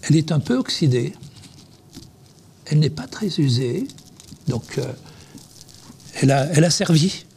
Elle est un peu oxydée. Elle n'est pas très usée. Donc, elle a servi.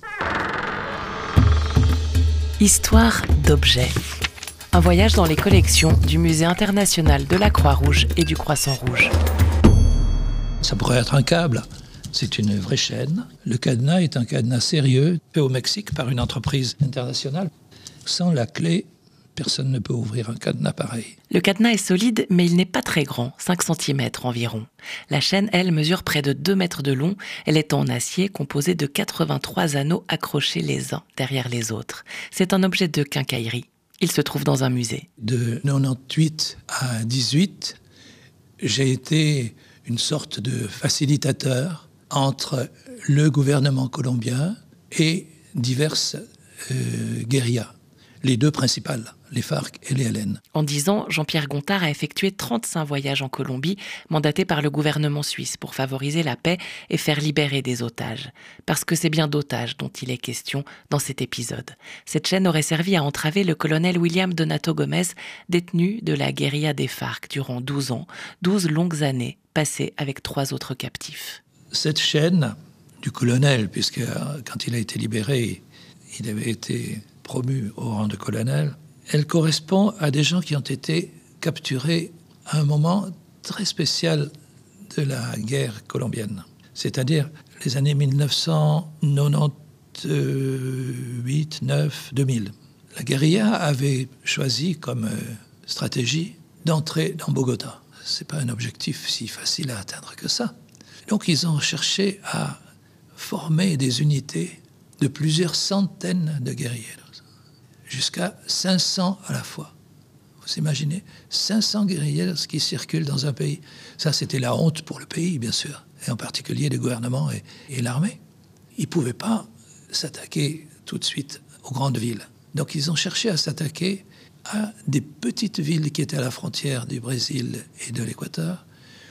Histoire d'objets. Un voyage dans les collections du Musée international de la Croix-Rouge et du Croissant-Rouge. Ça pourrait être un câble. C'est une vraie chaîne. Le cadenas est un cadenas sérieux, fait au Mexique par une entreprise internationale. Sans la clé, personne ne peut ouvrir un cadenas pareil. Le cadenas est solide, mais il n'est pas très grand, 5 cm environ. La chaîne, elle, mesure près de 2 mètres de long. Elle est en acier composé de 83 anneaux accrochés les uns derrière les autres. C'est un objet de quincaillerie. Il se trouve dans un musée. De 98 à 18, j'ai été une sorte de facilitateur entre le gouvernement colombien et diverses guérillas, les deux principales, les FARC et les LN. En 10 ans, Jean-Pierre Gontard a effectué 35 voyages en Colombie, mandatés par le gouvernement suisse pour favoriser la paix et faire libérer des otages. Parce que c'est bien d'otages dont il est question dans cet épisode. Cette chaîne aurait servi à entraver le colonel William Donato Gomez, détenu de la guérilla des FARC durant 12 ans, 12 longues années passées avec 3 autres captifs. Cette chaîne du colonel, puisque quand il a été libéré, il avait été promu au rang de colonel, elle correspond à des gens qui ont été capturés à un moment très spécial de la guerre colombienne, c'est-à-dire les années 1998, 9, 2000. La guérilla avait choisi comme stratégie d'entrer dans Bogota. Ce n'est pas un objectif si facile à atteindre que ça. Donc ils ont cherché à former des unités de plusieurs centaines de guerriers, jusqu'à 500 à la fois. Vous imaginez 500 guerriers qui circulent dans un pays. Ça, c'était la honte pour le pays, bien sûr, et en particulier le gouvernement et l'armée. Ils ne pouvaient pas s'attaquer tout de suite aux grandes villes. Donc ils ont cherché à s'attaquer à des petites villes qui étaient à la frontière du Brésil et de l'Équateur,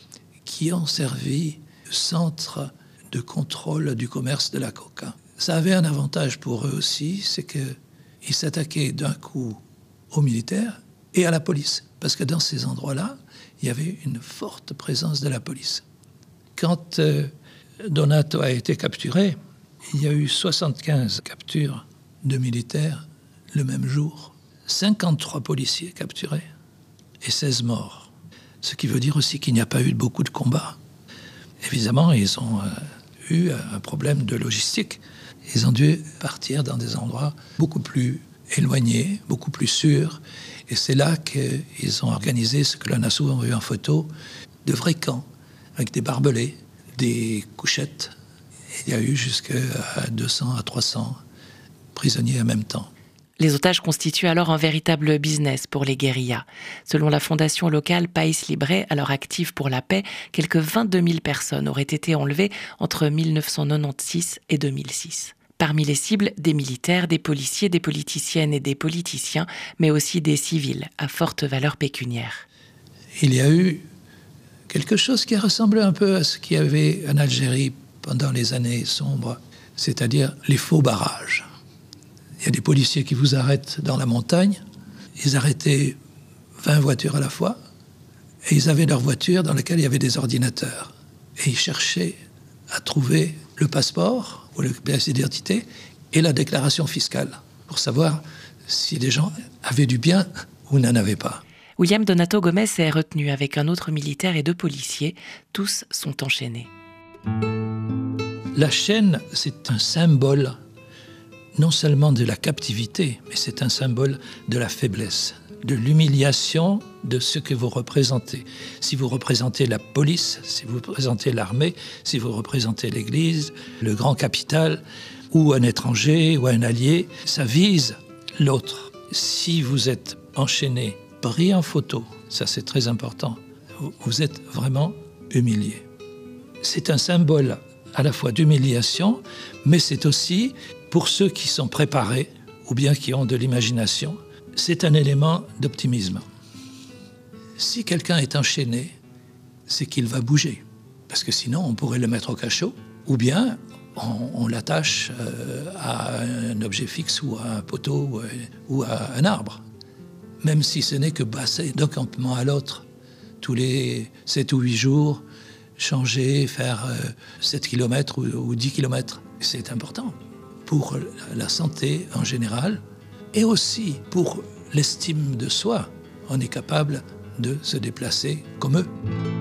qui ont servi de centre de contrôle du commerce de la coca. Ça avait un avantage pour eux aussi, c'est qu'ils s'attaquaient d'un coup aux militaires et à la police. Parce que dans ces endroits-là, il y avait une forte présence de la police. Quand Donato a été capturé, il y a eu 75 captures de militaires le même jour, 53 policiers capturés et 16 morts. Ce qui veut dire aussi qu'il n'y a pas eu beaucoup de combats. Évidemment, ils ont eu un problème de logistique. Ils ont dû partir dans des endroits beaucoup plus éloignés, beaucoup plus sûrs. Et c'est là qu'ils ont organisé ce que l'on a souvent vu en photo, de vrais camps, avec des barbelés, des couchettes. Il y a eu jusqu'à 200 à 300 prisonniers en même temps. Les otages constituent alors un véritable business pour les guérillas. Selon la fondation locale País Libre, alors active pour la paix, quelques 22 000 personnes auraient été enlevées entre 1996 et 2006. Parmi les cibles, des militaires, des policiers, des politiciennes et des politiciens, mais aussi des civils à forte valeur pécuniaire. Il y a eu quelque chose qui ressemblait un peu à ce qu'il y avait en Algérie pendant les années sombres, c'est-à-dire les faux barrages. Il y a des policiers qui vous arrêtent dans la montagne. Ils arrêtaient 20 voitures à la fois. Et ils avaient leur voiture dans laquelle il y avait des ordinateurs. Et ils cherchaient à trouver le passeport ou le pièce d'identité et la déclaration fiscale pour savoir si les gens avaient du bien ou n'en avaient pas. William Donato Gomez est retenu avec un autre militaire et 2 policiers. Tous sont enchaînés. La chaîne, c'est un symbole non seulement de la captivité, mais c'est un symbole de la faiblesse, de l'humiliation de ce que vous représentez. Si vous représentez la police, si vous représentez l'armée, si vous représentez l'Église, le grand capital, ou un étranger, ou un allié, ça vise l'autre. Si vous êtes enchaîné, pris en photo, ça c'est très important, vous êtes vraiment humilié. C'est un symbole à la fois d'humiliation, mais c'est aussi, pour ceux qui sont préparés, ou bien qui ont de l'imagination, c'est un élément d'optimisme. Si quelqu'un est enchaîné, c'est qu'il va bouger. Parce que sinon, on pourrait le mettre au cachot, ou bien on l'attache à un objet fixe, ou à un poteau, ou à un arbre. Même si ce n'est que passer d'un campement à l'autre, tous les 7 ou 8 jours, changer, faire 7 km ou 10 km. C'est important pour la santé en général et aussi pour l'estime de soi. On est capable de se déplacer comme eux.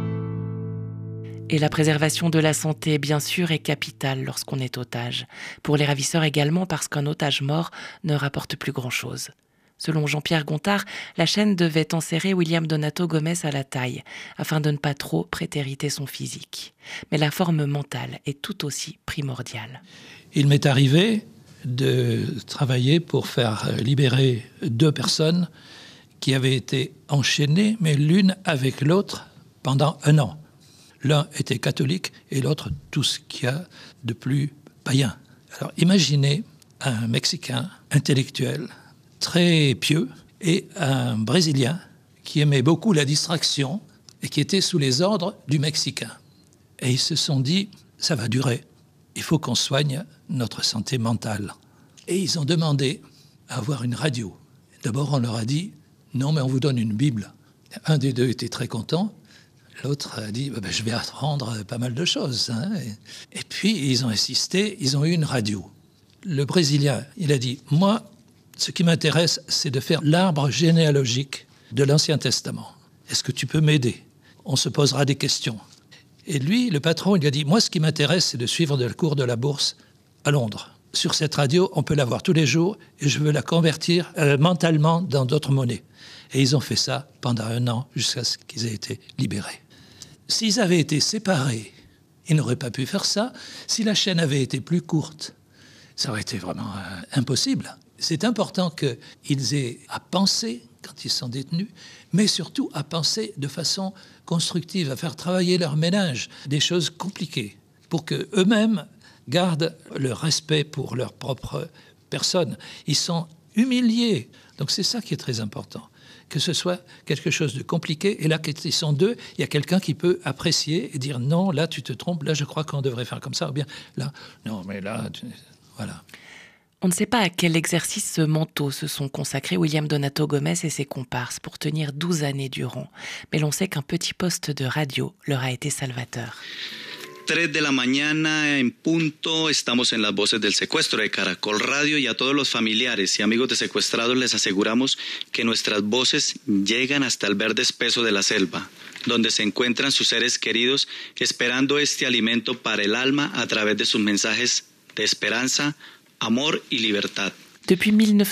Et la préservation de la santé, bien sûr, est capitale lorsqu'on est otage. Pour les ravisseurs également, parce qu'un otage mort ne rapporte plus grand-chose. Selon Jean-Pierre Gontard, la chaîne devait enserrer William Donato Gomes à la taille, afin de ne pas trop prétériter son physique. Mais la forme mentale est tout aussi primordiale. Il m'est arrivé de travailler pour faire libérer 2 personnes qui avaient été enchaînées, mais l'une avec l'autre, pendant 1 an. L'un était catholique et l'autre tout ce qu'il y a de plus païen. Alors imaginez un Mexicain intellectuel, très pieux, et un Brésilien qui aimait beaucoup la distraction et qui était sous les ordres du Mexicain. Et ils se sont dit, ça va durer, il faut qu'on soigne notre santé mentale. Et ils ont demandé à avoir une radio. D'abord, on leur a dit, non, mais on vous donne une Bible. Un des 2 était très content. L'autre a dit, je vais apprendre pas mal de choses. Hein. Et puis, ils ont insisté, ils ont eu une radio. Le Brésilien, il a dit, moi, ce qui m'intéresse, c'est de faire l'arbre généalogique de l'Ancien Testament. Est-ce que tu peux m'aider? On se posera des questions. Et lui, le patron, il lui a dit, moi, ce qui m'intéresse, c'est de suivre le cours de la bourse à Londres. Sur cette radio, on peut la voir tous les jours et je veux la convertir mentalement dans d'autres monnaies. Et ils ont fait ça pendant 1 an jusqu'à ce qu'ils aient été libérés. S'ils avaient été séparés, ils n'auraient pas pu faire ça. Si la chaîne avait été plus courte, ça aurait été vraiment impossible. C'est important qu'ils aient à penser quand ils sont détenus, mais surtout à penser de façon constructive, à faire travailler leur ménage, des choses compliquées, pour qu'eux-mêmes gardent le respect pour leur propre personne. Ils sont humiliés. Donc c'est ça qui est très important. Que ce soit quelque chose de compliqué, et là, quand ils sont 2, il y a quelqu'un qui peut apprécier et dire « Non, là, tu te trompes, là, je crois qu'on devrait faire comme ça », ou bien « Là, non, mais là, voilà ». On ne sait pas à quel exercice mentaux se sont consacrés William Donato Gomes et ses comparses pour tenir 12 années durant. Mais l'on sait qu'un petit poste de radio leur a été salvateur. 3 de la mañana en punto, estamos en las voces del secuestro de Caracol Radio y a todos los familiares y amigos de secuestrados les aseguramos que nuestras voces llegan hasta el verde espeso de la selva, donde se encuentran sus seres queridos esperando este alimento para el alma a través de sus mensajes de esperanza, amor y libertad. Depuis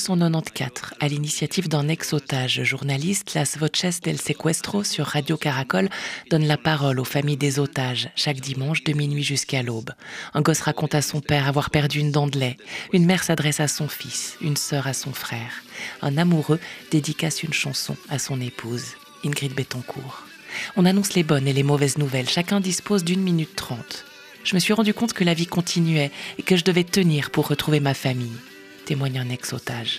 1994, à l'initiative d'un ex-otage journaliste, Las Voces del Secuestro sur Radio Caracol donne la parole aux familles des otages, chaque dimanche de minuit jusqu'à l'aube. Un gosse raconte à son père avoir perdu une dent de lait. Une mère s'adresse à son fils, une sœur à son frère. Un amoureux dédicace une chanson à son épouse, Ingrid Betancourt. On annonce les bonnes et les mauvaises nouvelles. Chacun dispose d'1 minute 30. Je me suis rendu compte que la vie continuait et que je devais tenir pour retrouver ma famille. Témoigne un ex-otage.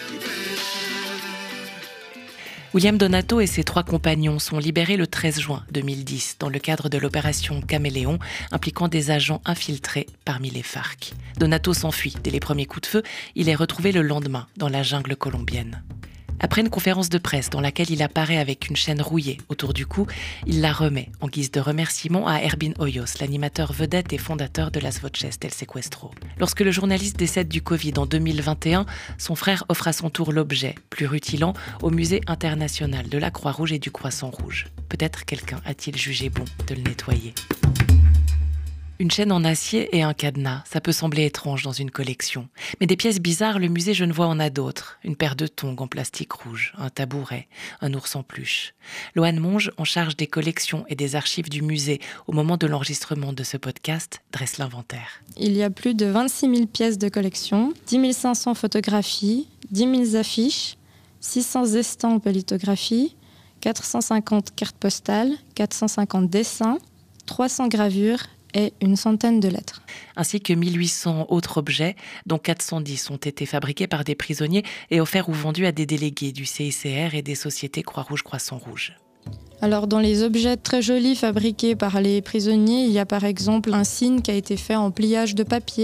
William Donato et ses 3 compagnons sont libérés le 13 juin 2010 dans le cadre de l'opération Caméléon impliquant des agents infiltrés parmi les FARC. Donato s'enfuit dès les premiers coups de feu, il est retrouvé le lendemain dans la jungle colombienne. Après une conférence de presse dans laquelle il apparaît avec une chaîne rouillée autour du cou, il la remet en guise de remerciement à Herbin Hoyos, l'animateur vedette et fondateur de Las Voces del Secuestro. Lorsque le journaliste décède du Covid en 2021, son frère offre à son tour l'objet, plus rutilant, au Musée international de la Croix-Rouge et du Croissant-Rouge. Peut-être quelqu'un a-t-il jugé bon de le nettoyer. Une chaîne en acier et un cadenas, ça peut sembler étrange dans une collection. Mais des pièces bizarres, le musée Genevois en a d'autres. Une paire de tongs en plastique rouge, un tabouret, un ours en peluche. Loane Monge, en charge des collections et des archives du musée au moment de l'enregistrement de ce podcast, dresse l'inventaire. Il y a plus de 26 000 pièces de collection, 10 500 photographies, 10 000 affiches, 600 estampes et lithographies, 450 cartes postales, 450 dessins, 300 gravures et une centaine de lettres. Ainsi que 1800 autres objets, dont 410 ont été fabriqués par des prisonniers et offerts ou vendus à des délégués du CICR et des sociétés Croix-Rouge, Croissant-Rouge. Alors dans les objets très jolis fabriqués par les prisonniers, il y a par exemple un signe qui a été fait en pliage de papier,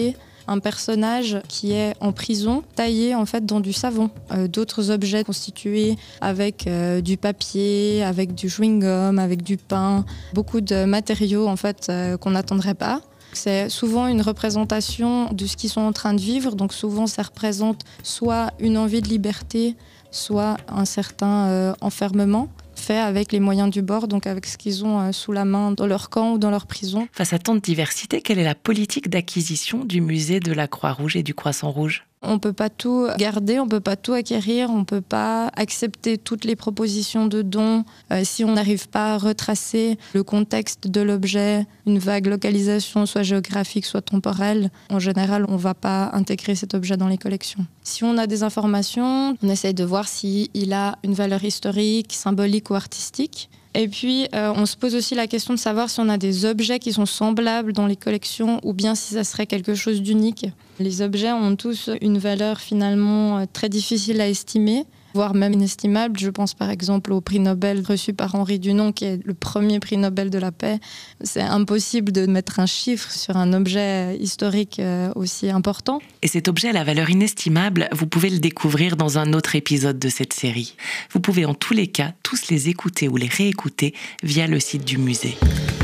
un personnage qui est en prison, taillé en fait dans du savon. D'autres objets constitués avec du papier, avec du chewing-gum, avec du pain, beaucoup de matériaux en fait qu'on n'attendrait pas. C'est souvent une représentation de ce qu'ils sont en train de vivre, donc souvent ça représente soit une envie de liberté, soit un certain enfermement, fait avec les moyens du bord, donc avec ce qu'ils ont sous la main dans leur camp ou dans leur prison. Face à tant de diversité, quelle est la politique d'acquisition du musée de la Croix-Rouge et du Croissant-Rouge ? On ne peut pas tout garder, on ne peut pas tout acquérir, on ne peut pas accepter toutes les propositions de dons si on n'arrive pas à retracer le contexte de l'objet, une vague localisation, soit géographique, soit temporelle. En général, on ne va pas intégrer cet objet dans les collections. Si on a des informations, on essaye de voir s'il a une valeur historique, symbolique ou artistique. Et puis, on se pose aussi la question de savoir si on a des objets qui sont semblables dans les collections ou bien si ça serait quelque chose d'unique. Les objets ont tous une valeur finalement très difficile à estimer, voire même inestimable. Je pense par exemple au prix Nobel reçu par Henri Dunant, qui est le premier prix Nobel de la paix. C'est impossible de mettre un chiffre sur un objet historique aussi important. Et cet objet à la valeur inestimable, vous pouvez le découvrir dans un autre épisode de cette série. Vous pouvez en tous les cas tous les écouter ou les réécouter via le site du musée.